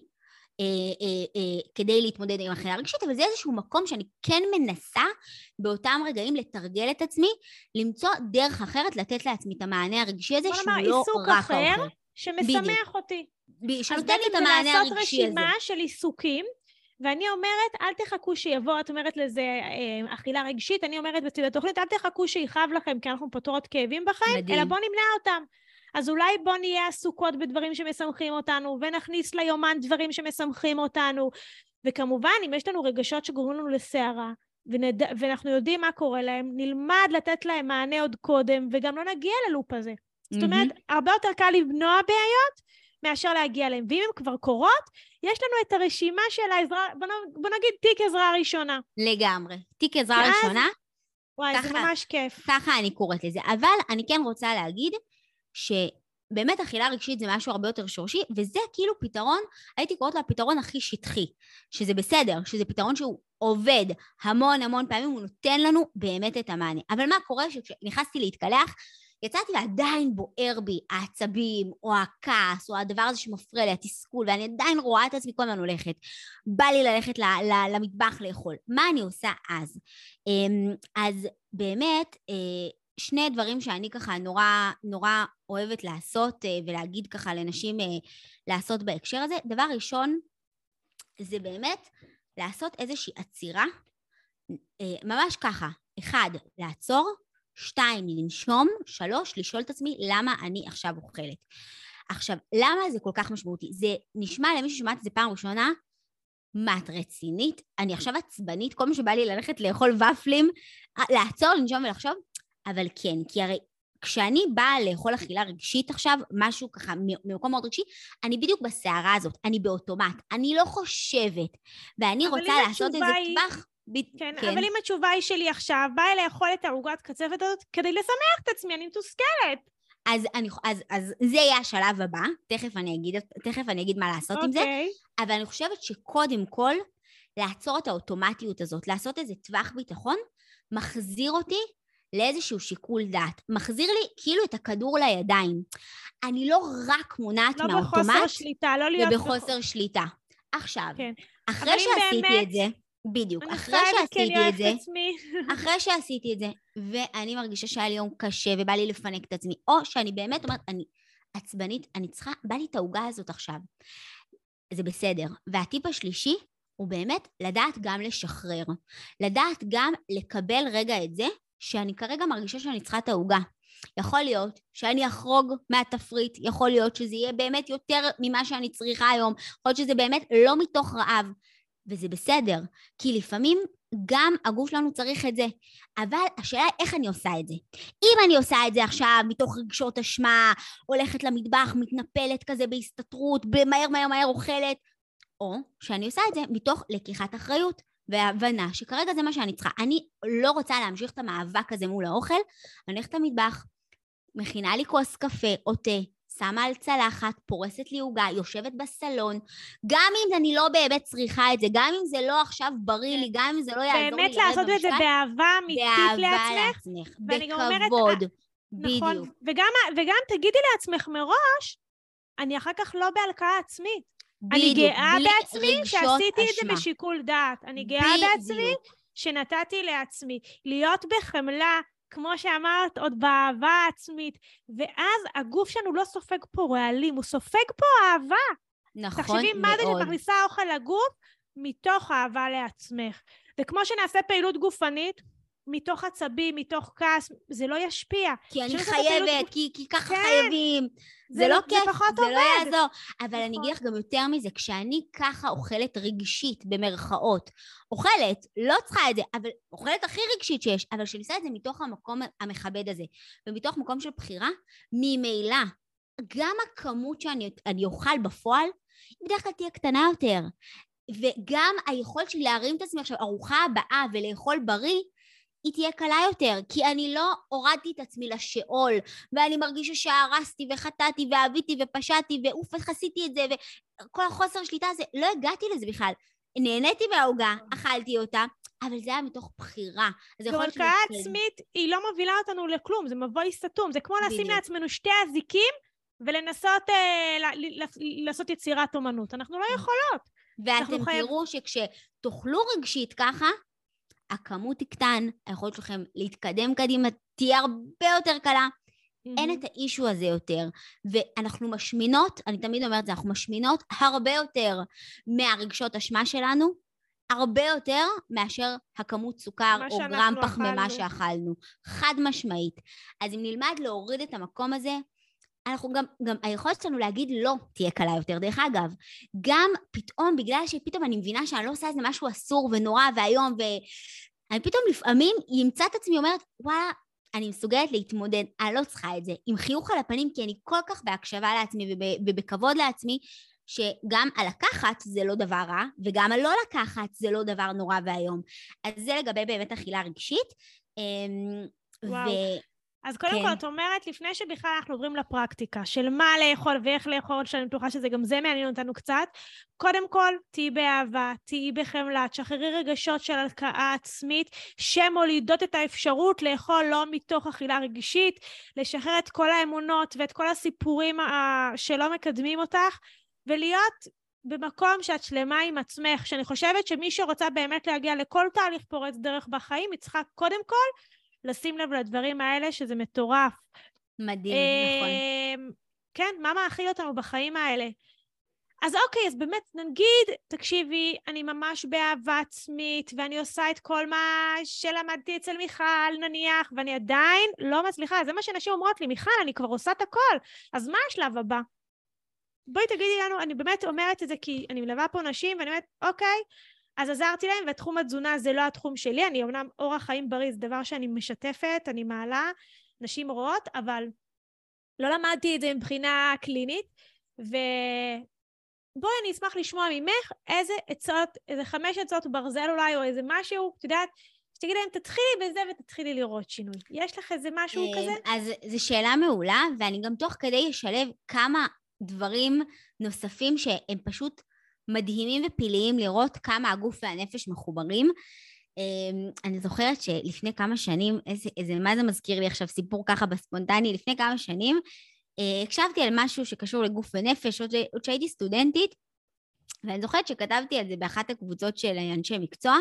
כדי להתמודד עם אכילה רגשית, אבל זה איזשהו מקום שאני כן מנסה באותם רגעים לתרגל את עצמי, למצוא דרך אחרת לתת לעצמי את המענה הרגשי הזה, שהוא לא רק האוכל. עיסוק אחר שמשמח אותי. שנותן לי את המענה הרגשי הזה. אז בעצם זה לעשות רשימה של עיסוקים, ואני אומרת, אל תחכו שיבוא, את אומרת לזה אכילה רגשית, אני אומרת בתוכנית, אל תחכו שיכאב לכם, כי אנחנו פותרות כאבים בחיים, אלא בוא נמנע אותם. אז אולי בוא נהיה עסוקות בדברים שמשמחים אותנו, ונכניס ליומן דברים שמשמחים אותנו, וכמובן, אם יש לנו רגשות שגורמים לנו לסערה, ואנחנו יודעים מה קורה להם, נלמד לתת להם מענה עוד קודם, וגם לא נגיע ללופ הזה. זאת אומרת, הרבה יותר קל לבנוע בעיות, מאשר להגיע להם. ואם הם כבר קורות, יש לנו את הרשימה של העזרה, בוא נגיד תיק עזרה ראשונה. לגמרי. תיק עזרה ראשונה. וואי, זה ממש כיף. ככה אני קוראת לזה. אבל אני כן רוצה להגיד שבאמת אכילה רגשית זה משהו הרבה יותר שורשי, וזה כאילו פתרון, הייתי קוראת לה הפתרון הכי שטחי, שזה בסדר, שזה פתרון שהוא עובד המון פעמים, הוא נותן לנו באמת את המענה. אבל מה קורה שכשנכנסתי להתקלח, יצאתי ועדיין בוער בי העצבים, או הכעס, או הדבר הזה שמפריע לי, התסכול, ואני עדיין רואה את עצמי כל הזמן הולכת. בא לי ללכת למטבח לאכול. מה אני עושה אז? אז באמת, שני דברים שאני ככה נורא אוהבת לעשות, ולהגיד ככה לנשים לעשות בהקשר הזה. דבר ראשון, זה באמת לעשות איזושהי עצירה, ממש ככה. 1, לעצור, 2, לנשום, 3, לשאול את עצמי למה אני עכשיו אוכלת. עכשיו, למה זה כל כך משמעותי? זה נשמע למי ששמעת את זה פעם ראשונה, מה את רצינית? אני עכשיו עצבנית, כל מה שבא לי ללכת לאכול ופלים, לעצור, לנשום ולחשוב, אבל כן, כי הרי כשאני באה לאכול אכילה רגשית עכשיו, משהו ככה ממקום מאוד רגשי, אני בדיוק בסערה הזאת, אני באוטומט, אני לא חושבת, ואני רוצה לעשות איזה טווח, כן, אבל אם התשובה היא שלי עכשיו, באה לאכול את העוגת קצפת הזאת, כדי לשמח את עצמי, אני מתוסכלת. אז זה יהיה השלב הבא, תכף אני אגיד מה לעשות עם זה, אבל אני חושבת שקודם כל, לעצור את האוטומטיות הזאת, לעשות איזה טווח ביטחון, מחזיר אותי לאיזשהו שיקול דעת, מחזיר לי כאילו את הכדור לידיים. אני לא רק מונעת מהאוטומט, לא בחוסר שליטה, לא להיות ובחוסר שליטה. עכשיו, אחרי שעשיתי את זה, בדיוק, אחרי שעשיתי את זה, ואני מרגישה שהיה לי יום קשה, ובא לי לפנק את עצמי, או שאני באמת אומרת, אני עצבנית, בא לי את העוגה הזאת עכשיו. זה בסדר. והטיפ השלישי, הוא באמת לדעת גם לשחרר, לדעת גם לקבל רגע את זה, שאני כרגע מרגישה שאני צריכה את העוגה. יכול להיות שאני אחרוג מהתפריט, יכול להיות שזה יהיה באמת יותר ממה שאני צריכה היום, יכול להיות שזה באמת לא מתוך רעב, וזה בסדר, כי לפעמים גם הגוף שלנו צריך את זה, אבל השאלה היא איך אני עושה את זה. אם אני עושה את זה עכשיו מתוך רגשות אשמה, הולכת למטבח, מתנפלת כזה בהסתתרות, מהר אוכלת, או שאני עושה את זה מתוך לקיחת אחריות, והבנה שכרגע זה מה שאני צריכה. אני לא רוצה להמשיך את המאבק הזה מול האוכל, אני הולכת למטבח, מכינה לי כוס קפה או תה, שמה על צלחת, פורסת לי עוגה, יושבת בסלון, גם אם אני לא באמת צריכה את זה, גם אם זה לא עכשיו בריא לי, גם אם זה לא יעזור לי באמת לעשות את זה באהבה אמיתית לעצמך, בכבוד, נכון, בדיוק. וגם תגידי לעצמך מראש, אני אחר כך לא בהלקאה עצמית. אני בדיוק, גאה בלי בעצמי רגשות שעשיתי את אשמה. זה בשיקול דעת. אני גאה בעצמי שנתתי לעצמי. להיות בחמלה, כמו שאמרת, עוד באהבה העצמית. ואז הגוף שלנו לא סופג פה רעלים, הוא סופג פה אהבה. נכון תחשבי מאוד. מה זה שמכניסה אוכל לגוף מתוך אהבה לעצמך. וכמו שנעשה פעילות גופנית, מתוך עצבים, מתוך כעס, זה לא ישפיע. כי אני חייבת, כי ככה חייבים. זה לא כיף, זה לא יעזור. אבל אני אגיד לך גם יותר מזה, כשאני ככה אוכלת רגשית, במרכאות, אוכלת, לא צריכה את זה, אבל אוכלת הכי רגשית שיש, אבל שאני עושה את זה מתוך המקום המכבד הזה, ומתוך מקום של בחירה, ממילא, גם הכמות שאני אוכל בפועל, בדרך כלל תהיה קטנה יותר. וגם היכולת שלי להרים את עצמי עכשיו, ארוחה הבאה ולאכול בריא, היא תהיה קלה יותר, כי אני לא הורדתי את עצמי לשאול, ואני מרגישה שהרסתי וחטאתי ואהביתי ופשעתי ואוף עשיתי את זה, וכל החוסר שליטה הזה, לא הגעתי לזה בכלל. נהניתי מהעוגה, אכלתי אותה, אבל זה היה מתוך בחירה. והלקאה עצמית היא לא מובילה אותנו לכלום, זה מבוי סתום, זה כמו לשים לעצמנו שתי אזיקים, ולנסות לעשות יצירת אומנות. אנחנו לא יכולות. ואתם תראו שכשתאכלו רגשית ככה, הכמות היא קטן, היכולת שלכם להתקדם קדימה תהיה הרבה יותר קלה, אין את האישו הזה יותר, ואנחנו משמינות, אני תמיד אומרת זה, אנחנו משמינות הרבה יותר מהרגשות אשמה שלנו, הרבה יותר מאשר הכמות סוכר או גרם פחמימה שאכלנו, חד משמעית. אז אם נלמד להוריד את המקום הזה, אנחנו גם היכולת שלנו להגיד לא תהיה קלה יותר. דרך אגב, גם פתאום, בגלל שפתאום אני מבינה שאני לא עושה איזה משהו אסור ונורא והיום, ואני פתאום לפעמים ימצא את עצמי אומרת, וואלה, אני מסוגלת להתמודד, אני לא צריכה את זה, עם חיוך על הפנים, כי אני כל כך בהקשבה לעצמי ובכבוד לעצמי, שגם הלקחת זה לא דבר רע, וגם הלא לקחת זה לא דבר נורא והיום. אז זה לגבי באמת אכילה רגשית. וואו. אז קודם כל, את אומרת, לפני שבכלל אנחנו עוברים לפרקטיקה, של מה לאכול ואיך לאכול, שאני בטוחה שזה גם זה מעניין אותנו קצת, קודם כל, תהי באהבה, תהי בחמלה, תשחררי רגשות של הלקאה עצמית, שמולידות את האפשרות לאכול לא מתוך אכילה רגשית, לשחרר את כל האמונות ואת כל הסיפורים שלא מקדמים אותך, ולהיות במקום שאת שלמה עם עצמך, שאני חושבת שמי שרוצה באמת להגיע לכל תהליך פורץ דרך בחיים, היא צריכה קודם כל, לשים לב לדברים האלה, שזה מטורף. מדהים, נכון. כן, מה מאכיל אותנו בחיים האלה? אז אוקיי, אז באמת נגיד, תקשיבי, אני ממש באהבה עצמית, ואני עושה את כל מה שלמדתי אצל מיכל, נניח, ואני עדיין לא מצליחה. זה מה שאנשים אומרות לי, מיכל, אני כבר עושה את הכל, אז מה השלב הבא? בואי תגידי לנו, אני באמת אומרת את זה, כי אני מלווה פה נשים, ואני אומרת, אוקיי, אז עזרתי להם, ותחום התזונה זה לא התחום שלי, אני אומנם אורח חיים בריא, זה דבר שאני משתפת, אני מעלה, נשים רואות, אבל לא למדתי את זה מבחינה קלינית, ובואי אני אשמח לשמוע ממך איזה עצות, איזה 5 עצות ברזל אולי, או איזה משהו, את יודעת, שתגיד להם, תתחילי בזה ותתחילי לראות שינוי. יש לך איזה משהו כזה? אז זו שאלה מעולה, ואני גם תוך כדי אשלב כמה דברים נוספים שהם פשוט מדהימים ופלאיים לראות כמה הגוף והנפש מחוברים. אני זוכרת שלפני כמה שנים, מה זה מזכיר לי עכשיו סיפור ככה בספונטני, לפני כמה שנים, הקשבתי על משהו שקשור לגוף ונפש, עוד שהייתי סטודנטית, ואני זוכרת שכתבתי על זה באחת הקבוצות של אנשי מקצוע,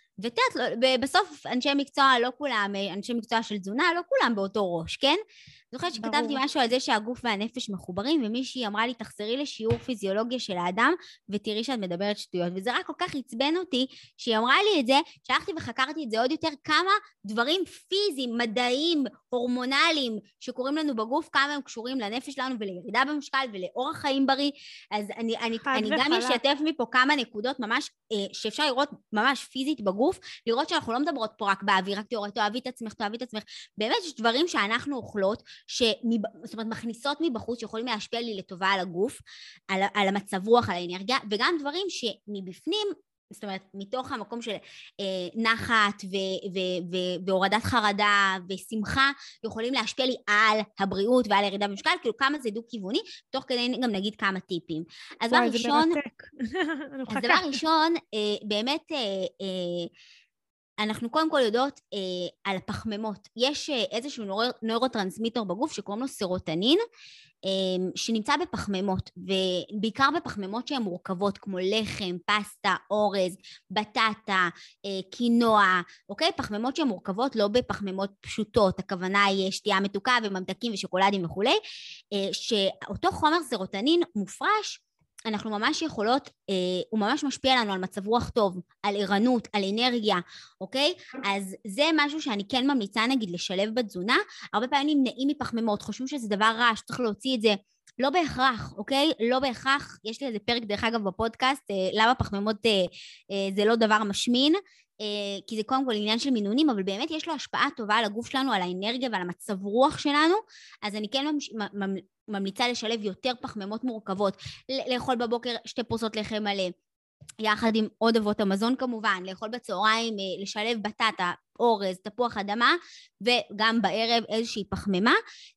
בסוף אנשי מקצוע לא כולם, אנשי מקצוע של תזונה, לא כולם באותו ראש, כן? זוכרת שכתבתי משהו על זה שהגוף והנפש מחוברים, ומישהי אמרה לי, תחזרי לשיעור פיזיולוגיה של האדם, ותראי שאת מדברת שטויות. וזה רק כל כך עצבן אותי, שהיא אמרה לי את זה, שהלכתי וחקרתי את זה עוד יותר, כמה דברים פיזיים, מדעיים, הורמונליים, שקורים לנו בגוף, כמה הם קשורים לנפש שלנו, ולירידה במשקל, ולאורח חיים בריא. אז אני גם אשתף מפה כמה נקודות ממש, שאפשר לראות ממש פיזית בגוף, לראות שאנחנו לא מדברות פה רק באוויר, רק תאהבי את עצמך, תאהבי את עצמך. באמת יש דברים שאנחנו אוכלות, זאת אומרת, מכניסות מבחוץ, שיכולים להשפיע לי לטובה על הגוף, על המצב רוח, על האנרגיה, וגם דברים שמבפנים, זאת אומרת, מתוך המקום של נחת והורדת חרדה ושמחה, יכולים להשפיע לי על הבריאות ועל הירידה במשקל, כאילו כמה זה דו-כיווני, תוך כדי גם נגיד כמה טיפים. אז דבר ראשון, באמת, אנחנו קודם כל יודעות על הפחמימות. יש איזשהו נוירוטרנסמיטר בגוף שקוראים לו סרוטונין, שנמצא בפחמימות, ובעיקר בפחמימות שהן מורכבות, כמו לחם, פסטה, אורז, בטטה, קינוע, אוקיי? פחמימות שהן מורכבות, לא בפחמימות פשוטות, הכוונה היא שתייה מתוקה וממתקים ושוקולדים וכו', שאותו חומר סרוטונין מופרש, אנחנו ממש יכולות, הוא ממש משפיע לנו על מצב רוח טוב, על ערנות, על אנרגיה, אוקיי? אז זה משהו שאני כן ממליצה נגיד לשלב בתזונה, הרבה פעמים נמנעים מפחמימות, חושבים שזה דבר רע, שצריך להוציא את זה, לא בהכרח, אוקיי? לא בהכרח, יש לי איזה פרק דרך אגב בפודקאסט, למה פחמימות זה לא דבר משמין, כי זה קודם כל עניין של מינונים, אבל באמת יש לו השפעה טובה על הגוף שלנו, על האנרגיה ועל המצב רוח שלנו, אז אני כן ממליצה לשלב יותר פחמימות מורכבות, לאכול בבוקר 2 פרוסות לחם מלא, יחד עם עוד אבות המזון כמובן, לאכול בצהריים, לשלב בטטה, אורז, תפוח אדמה, וגם בערב איזושהי פחמימה.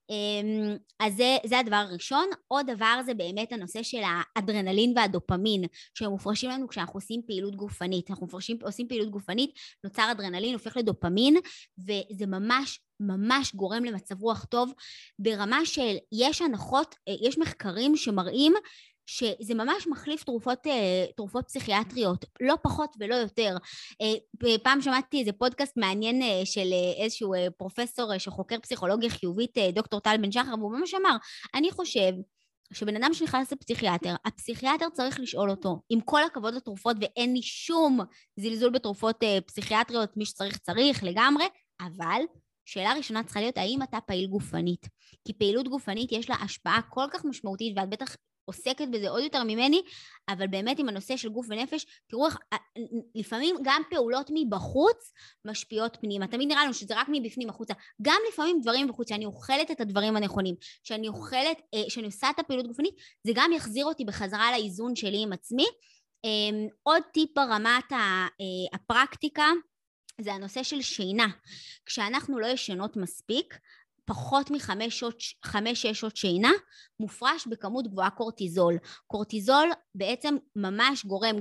אז זה הדבר הראשון. עוד דבר זה באמת הנושא של האדרנלין והדופמין, שהם מופרשים לנו כשאנחנו עושים פעילות גופנית. אנחנו עושים פעילות גופנית, נוצר אדרנלין, הופך לדופמין, וזה ממש גורם למצב רוח טוב, ברמה של יש הנחות, יש מחקרים שמראים שזה ממש מחליף תרופות פסיכיאטריות, לא פחות ולא יותר. פעם שמעתי איזה פודקאסט מעניין של איזשהו פרופסור שחוקר פסיכולוגיה חיובית, דוקטור טל בן שחר, והוא ממש אמר, אני חושב שבן אדם שנכנס לפסיכיאטר, הפסיכיאטר צריך לשאול אותו, עם כל הכבוד לתרופות, ואין לי שום זלזול בתרופות פסיכיאטריות, מי שצריך לגמרי, אבל שאלה ראשונה צריכה להיות, האם אתה פעיל גופנית? כי פעילות גופנית יש לה השפעה כל כך משמעותית, ואת בטח עוסקת בזה עוד יותר ממני, אבל באמת עם הנושא של גוף ונפש, תראו איך לפעמים גם פעולות מבחוץ משפיעות פנימה. תמיד נראה לנו שזה רק מבפנים החוצה. גם לפעמים דברים בחוץ, שאני אוכלת את הדברים הנכונים, שאני עושה את הפעילות גופנית, זה גם יחזיר אותי בחזרה לאיזון שלי עם עצמי. עוד טיפ ברמת הפרקטיקה, זה הנושא של שינה. כשאנחנו לא ישנות מספיק, פחות מ5-6 שעות שינה, מופרש בכמות גבוהה קורטיזול. קורטיזול בעצם ממש גורם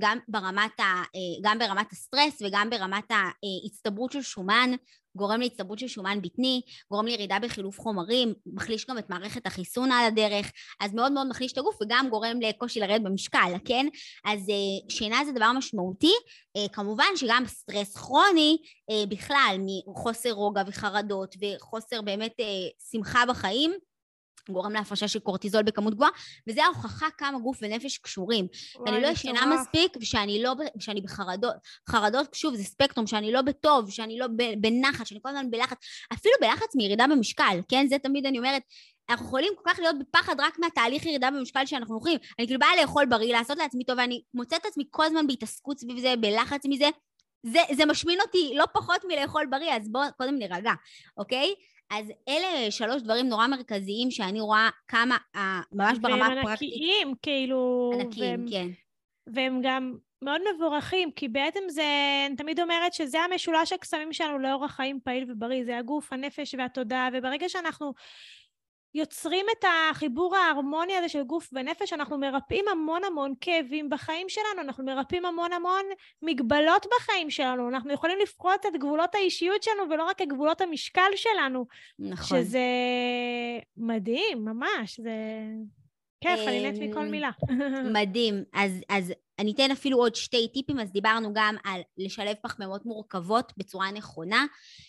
גם ברמת הסטרס וגם ברמת ההצטברות של שומן, גורם להצטברות של שומן בטני, גורם לירידה בחילוף חומרים, מחליש גם את מערכת החיסון על הדרך, אז מאוד מאוד מחליש את הגוף וגם גורם לקושי לרדת במשקל, כן? אז שינה זה דבר משמעותי, כמובן שגם סטרס כרוני בכלל מחוסר רוגע וחרדות וחוסר באמת שמחה בחיים, גורם להפרשה של קורטיזול בכמות גבוהה, וזה ההוכחה כמה גוף ונפש קשורים. אני לא ישנה מספיק, ושאני בחרדות, חרדות, שוב, זה ספקטרום, שאני לא בטוב, שאני לא בנחת, שאני כל הזמן בלחץ, אפילו בלחץ מירידה במשקל, כן? זה תמיד אני אומרת, אנחנו יכולים כל כך להיות בפחד רק מהתהליך ירידה במשקל שאנחנו אוכלים. אני כאילו באה לאכול בריא, לעשות לעצמי טוב, ואני מוצאת את עצמי כל הזמן בהתעסקות סביב זה, בלחץ מזה, זה משמין אותי לא פחות מלאכול בריא, אז בואו קודם נרגע, אוקיי? אז אלה 3 דברים נורא מרכזיים שאני רואה כמה, ממש ברמה הפרקטית. והם ענקיים, כאילו. ענקיים, כן. והם גם מאוד מבורכים, כי בעצם אני תמיד אומרת שזה המשולש הקסמים שלנו לאורח חיים פעיל ובריא, זה הגוף, הנפש והתודעה, וברגע שאנחנו יוצרים את החיבור ההרמוני הזה של גוף ונפש, אנחנו מרפאים המון כאבים בחיים שלנו, אנחנו מרפאים המון מגבלות בחיים שלנו, אנחנו יכולים לפרוט את גבולות האישיות שלנו, ולא רק את גבולות המשקל שלנו. נכון. שזה מדהים, ממש, זה כיף, אני נהנית מכל מילה. מדהים. אז אני אתן אפילו עוד 2 טיפים, אז דיברנו גם על לשלב פחמימות מורכבות בצורה נכונה,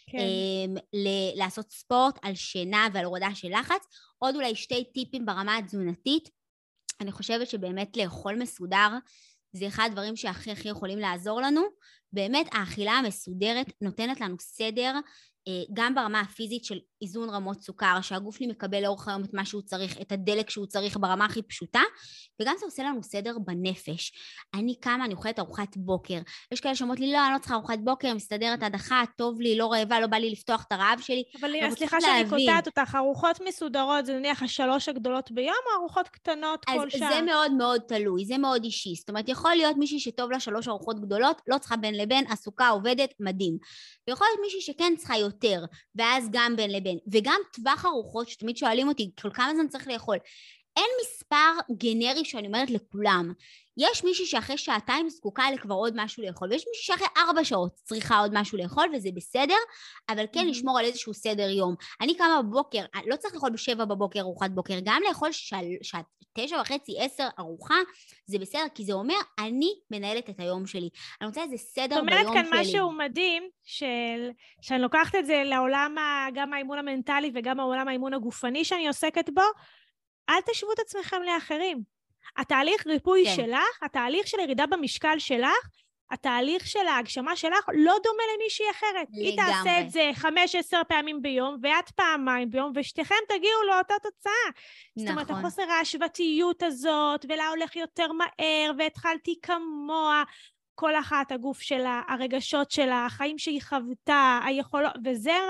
לעשות ספורט, על שינה ועל הורדה של לחץ, עוד אולי 2 טיפים ברמה התזונתית. אני חושבת שבאמת לאכול מסודר, זה אחד הדברים שהכי יכולים לעזור לנו. באמת האכילה המסודרת נותנת לנו סדר, גם ברמה הפיזית של איזון רמות סוכר, שהגוף לי מקבל לאורך היום את מה שהוא צריך, את הדלק שהוא צריך ברמה הכי פשוטה, וגם זה עושה לנו סדר בנפש. אני קמה, אני אוכלת ארוחת בוקר. יש כאלה שאומרות לי, לא, אני לא צריכה ארוחת בוקר, מסתדרת עד 1, טוב לי, לא רעבה, לא בא לי לפתוח את הרעב שלי. אבל סליחה שאני קוטעת אותך, ארוחות מסודרות, זה נניח 3 הגדולות ביום, או ארוחות קטנות כל שעה? אז זה מאוד מאוד תלוי, זה מאוד אישי. זאת אומרת, יכול להיות מישהי שטוב לה 3 ארוחות גדולות, לא צריכה בין לבין, הסוכה עובדת, מדהים. ויכול להיות מישהי שכן צריכה יותר, ואז גם בין לבין. וגם טווח ארוחות, שתמיד שואלים אותי, כל כמה זמן צריך לאכול. אין מספר גנרי שאני אומרת לכולם. יש מישהי שאחרי 2 זקוקה לכבר עוד משהו לאכול, ויש מישהי שאחרי 4 שעות צריכה עוד משהו לאכול, וזה בסדר, אבל כן לשמור על איזשהו סדר יום. אני קמה בבוקר, לא צריך לאכול ב7 בבוקר ארוחת בוקר, גם לאכול 9:30, 10 ארוחה, זה בסדר, כי זה אומר, אני מנהלת את היום שלי. אני רוצה איזה סדר ביום שלי. זאת אומרת כאן משהו מדהים, שאני לוקחת את זה לעולם גם האימון המנטלי, וגם העולם האימון הגופני שאני עוסקת בו, אל תשוו את עצמכם לאחרים. התהליך ריפוי שלך, התהליך של ירידה במשקל שלך, התהליך של ההגשמה שלך לא דומה למישהי אחרת. היא תעשה את זה 5-10 פעמים ביום, ואת פעמיים ביום, ושתיכם תגיעו לאותה תוצאה. זאת אומרת, החוסר ההשוותיות הזאת, ולה הולך יותר מהר, והתחלתי כמוה, כל אחת, הגוף שלה, הרגשות שלה, החיים שהיא חוותה, היכולות, וזה מה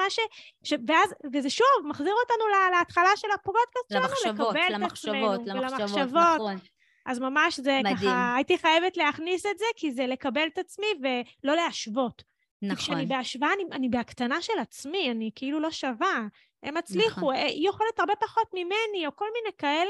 וזה שוב, מחזיר אותנו להתחלה של הפודקאסט שלנו, לקבל את עצמנו, ולמחשבות. נכון. אז ממש זה מדהים. ככה, הייתי חייבת להכניס את זה, כי זה לקבל את עצמי ולא להשוות. נכון. כשאני בהשוואה, אני בהקטנה של עצמי, אני כאילו לא שווה. הם הצליחו, נכון. היא יכולת הרבה פחות ממני, או כל מיני כאלה,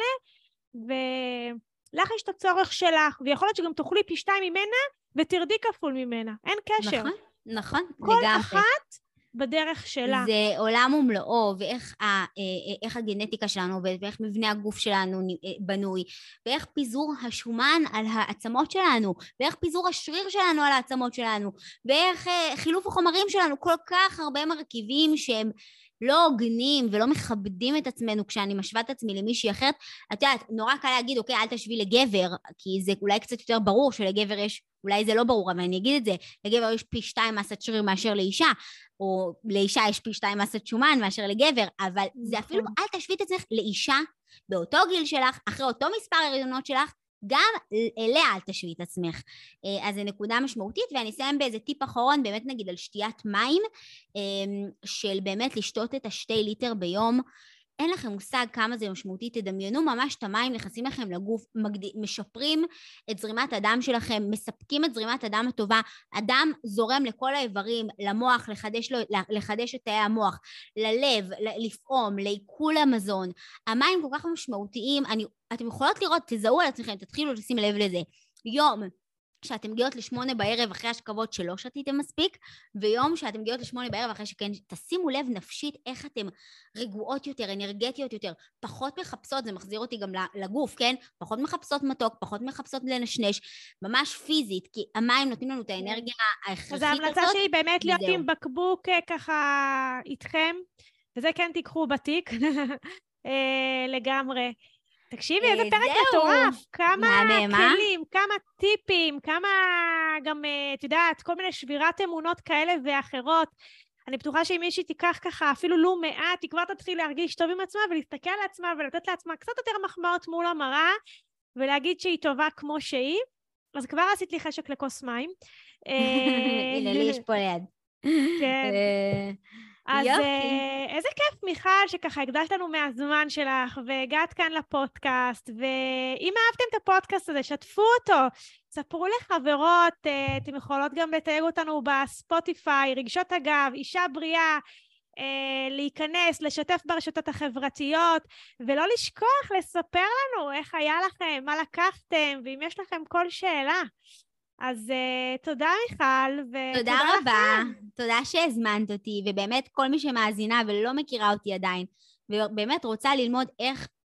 ולך יש את הצורך שלך, ויכול להיות שגם תאכלי פי 2 ממנה, ותרדי כפול ממנה. אין קשר. נכון, נכון. כל לגמרי. אחת בדרך שלה. זה עולם ומלואו, ואיך הגנטיקה שלנו עובדת, ואיך מבנה הגוף שלנו בנוי, ואיך פיזור השומן על העצמות שלנו, ואיך פיזור השריר שלנו על העצמות שלנו, ואיך חילוף החומרים שלנו, כל כך הרבה מרכיבים שהם לא הוגנים ולא מכבדים את עצמנו כשאני משווה את עצמי למישהי אחרת. את יודעת, נורא קל להגיד, אוקיי, אל תשווי לגבר, כי זה אולי קצת יותר ברור שלגבר יש, אולי זה לא ברור, אבל אני אגיד את זה, לגבר יש פי 2 מסת שריר מאשר לאישה, או לאישה יש פי 2 מסת שומן מאשר לגבר, אבל זה אפילו, אל תשווי את עצמך לאישה באותו גיל שלך, אחרי אותו מספר הריונות שלך, גם אליה אל תשווי את עצמך. אז זו נקודה משמעותית, ואני אסיים באיזה טיפ אחרון, באמת נגיד על שתיית מים, של באמת לשתות את 2 ליטר ביום. אין לכם מושג כמה זה משמעותי, תדמיינו ממש את המים, נכנסים לכם לגוף, משפרים את זרימת הדם שלכם, מספקים את זרימת הדם הטובה, הדם זורם לכל האיברים, למוח, לחדש את תאי המוח, ללב, לפעום, לעיכול המזון. המים כל כך משמעותיים, אתם יכולות לראות, תזהו על עצמכם, תתחילו לשים לב לזה. יום שאתם מגיעות ל8 בערב אחרי השכבות שלא שתיתם מספיק, ויום שאתם מגיעות ל8 בערב אחרי שכן, תשימו לב נפשית איך אתם רגועות יותר, אנרגטיות יותר, פחות מחפשות, זה מחזיר אותי גם לגוף, כן? פחות מחפשות מתוק, פחות מחפשות לנשנש, ממש פיזית, כי המים נותנים לנו את האנרגיה ההכרחית הזאת. אז ההמלצה שלי באמת להיות עם בקבוק ככה איתכם, וזה כן תיקחו בתיק, לגמרי. תקשיבי, איזה פרק מטורף, כמה כלים, כמה טיפים, כמה גם, את יודעת, כל מיני שבירת אמונות כאלה ואחרות. אני בטוחה שאם מישהי תיקח ככה, אפילו לא מעט, היא כבר תתחיל להרגיש טוב עם עצמה, ולהסתכל על עצמה, ולתת לעצמה קצת יותר מחמאות מול המראה, ולהגיד שהיא טובה כמו שהיא. אז כבר עשית לי חשק לכוס מים. הנה, לי יש פה ליד. כן. אז איזה כיף, מיכל, שככה הקדשת לנו מהזמן שלך, והגעת כאן לפודקאסט, ואם אהבתם את הפודקאסט הזה, שתפו אותו, ספרו לחברות, אתם יכולות גם לתייג אותנו בספוטיפיי, רגשות אגב, אישה בריאה, להיכנס, לשתף ברשתות החברתיות, ולא לשכוח לספר לנו איך היה לכם, מה לקחתם, ואם יש לכם כל שאלה. אז תודה מיכל, תודה רבה, תודה שהזמנת אותי, ובאמת כל מי שמאזינה ולא מכירה אותי עדיין, ובאמת רוצה ללמוד איך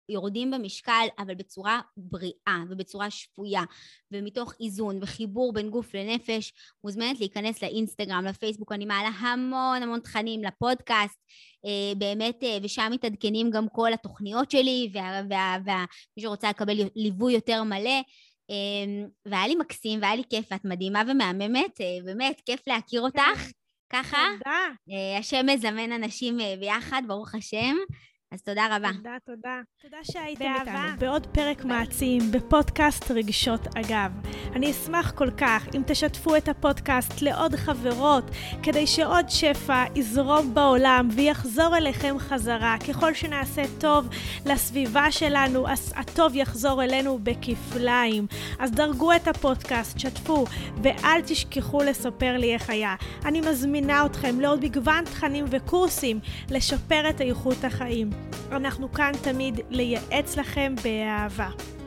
יורדים במשקל, אבל בצורה בריאה ובצורה שפויה, ומתוך איזון וחיבור בין גוף לנפש, מוזמנת להיכנס לאינסטגרם, לפייסבוק, אני מעלה המון תכנים לפודקאסט, באמת, ושם מתעדכנים גם כל התוכניות שלי, ומי שרוצה לקבל ליווי יותר מלא, והיה לי מקסים, והיה לי כיף, ואת מדהימה ומהממת, באמת, כיף להכיר אותך, ככה. תודה. השם מזמן אנשים ביחד, ברוך השם. אז תודה רבה. תודה. תודה שהייתם איתנו בעוד פרק מעצים בפודקאסט רגשות אגב. אני אשמח כל כך אם תשתפו את הפודקאסט לעוד חברות, כדי שעוד שפע יזרום בעולם ויחזור אליכם חזרה. ככל שנעשה טוב לסביבה שלנו, אז הטוב יחזור אלינו בכפליים. אז דרגו את הפודקאסט, שתפו, ואל תשכחו לספר לי איך היה. אני מזמינה אתכם לעוד מגוון תכנים וקורסים לשפר את איכות החיים. אנחנו כאן תמיד לייעץ לכם באהבה.